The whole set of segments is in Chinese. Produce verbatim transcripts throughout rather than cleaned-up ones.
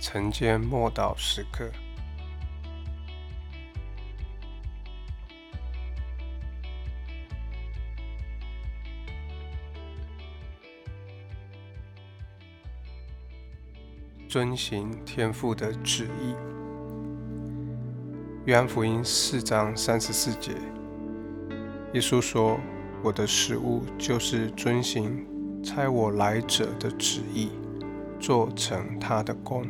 晨间默祷时刻，遵行天父的旨意。约翰福音四章三十四节，耶稣说：“我的食物就是遵行差我来者的旨意，做成他的功。”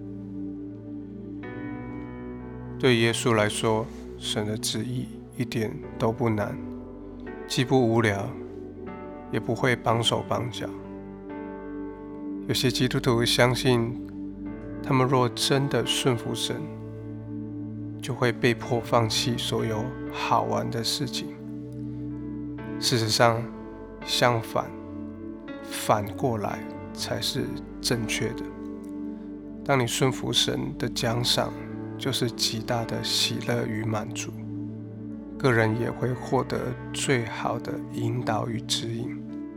对耶稣来说，神的旨意一点都不难，既不无聊，也不会绑手绑脚。有些基督徒相信，他们若真的顺服神，就会被迫放弃所有好玩的事情。事实上，相反，反过来才是正确的。当你顺服神的奖赏，就是极大的喜乐与满足，个人也会获得最好的引导与指引。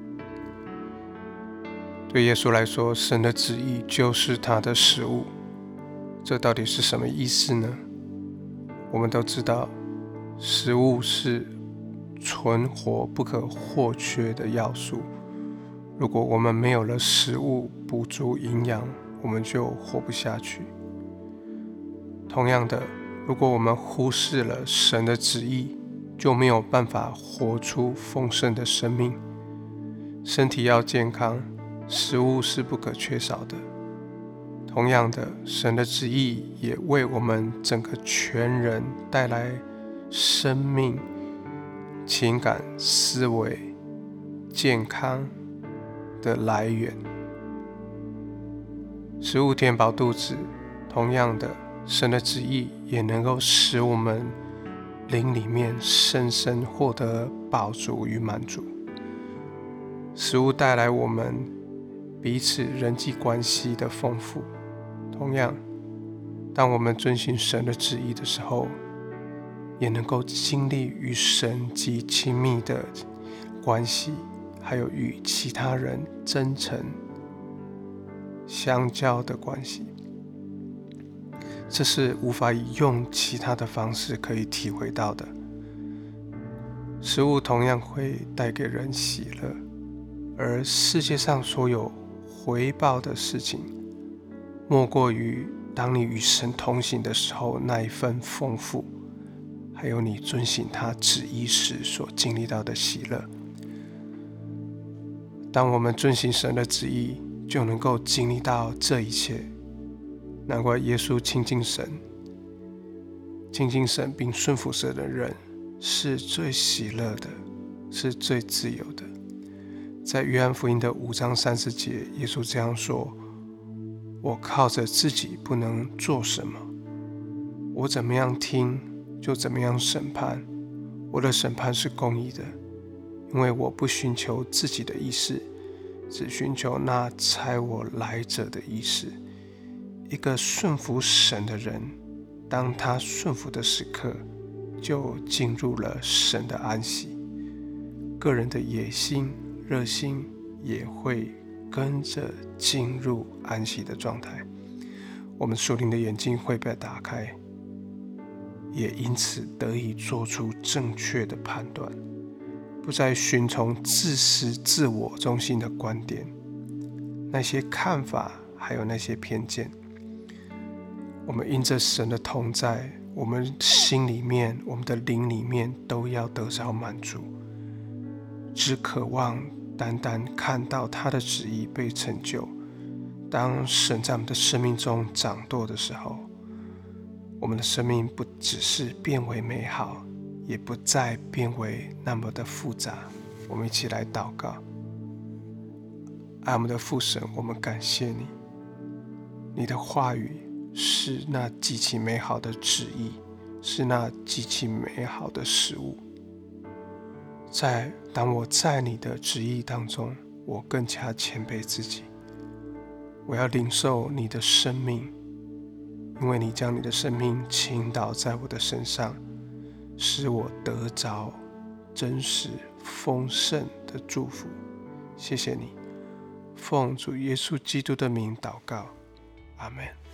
对耶稣来说，神的旨意就是他的食物。这到底是什么意思呢？我们都知道，食物是存活不可或缺的要素。如果我们没有了食物补足营养，我们就活不下去。同样的，如果我们忽视了神的旨意，就没有办法活出丰盛的生命。身体要健康，食物是不可缺少的。同样的，神的旨意也为我们整个全人带来生命、情感、思维、健康的来源。食物填饱肚子，同样的，神的旨意也能够使我们灵里面深深获得饱足与满足。食物带来我们彼此人际关系的丰富。同样，当我们遵行神的旨意的时候，也能够经历与神极亲密的关系，还有与其他人真诚相交的关系。这是无法以用其他的方式可以体会到的。食物同样会带给人喜乐，而世界上所有回报的事情，莫过于当你与神同行的时候那一份丰富，还有你遵行他旨意时所经历到的喜乐。当我们遵行神的旨意，就能够经历到这一切。难怪耶稣亲近神，亲近神并顺服神的人是最喜乐的，是最自由的。在约翰福音的五章三十节，耶稣这样说：“我靠着自己不能做什么，我怎么样听就怎么样审判，我的审判是公义的，因为我不寻求自己的意思，只寻求那差我来者的意思。”一个顺服神的人，当他顺服的时刻，就进入了神的安息，个人的野心、热心也会跟着进入安息的状态。我们属灵的眼睛会被打开，也因此得以做出正确的判断，不再循从自私自我中心的观点，那些看法还有那些偏见。我们因着神的同在，我们心里面、我们的灵里面都要得着满足，只渴望单单看到他的旨意被成就。当神在我们的生命中掌舵的时候，我们的生命不只是变为美好，也不再变为那么的复杂。我们一起来祷告。爱我们的父神，我们感谢你，你的话语是那极其美好的旨意，是那极其美好的食物。在当我在你的旨意当中，我更加谦卑自己。我要领受你的生命，因为你将你的生命倾倒在我的身上，使我得着真实丰盛的祝福。谢谢你，奉主耶稣基督的名祷告，阿们。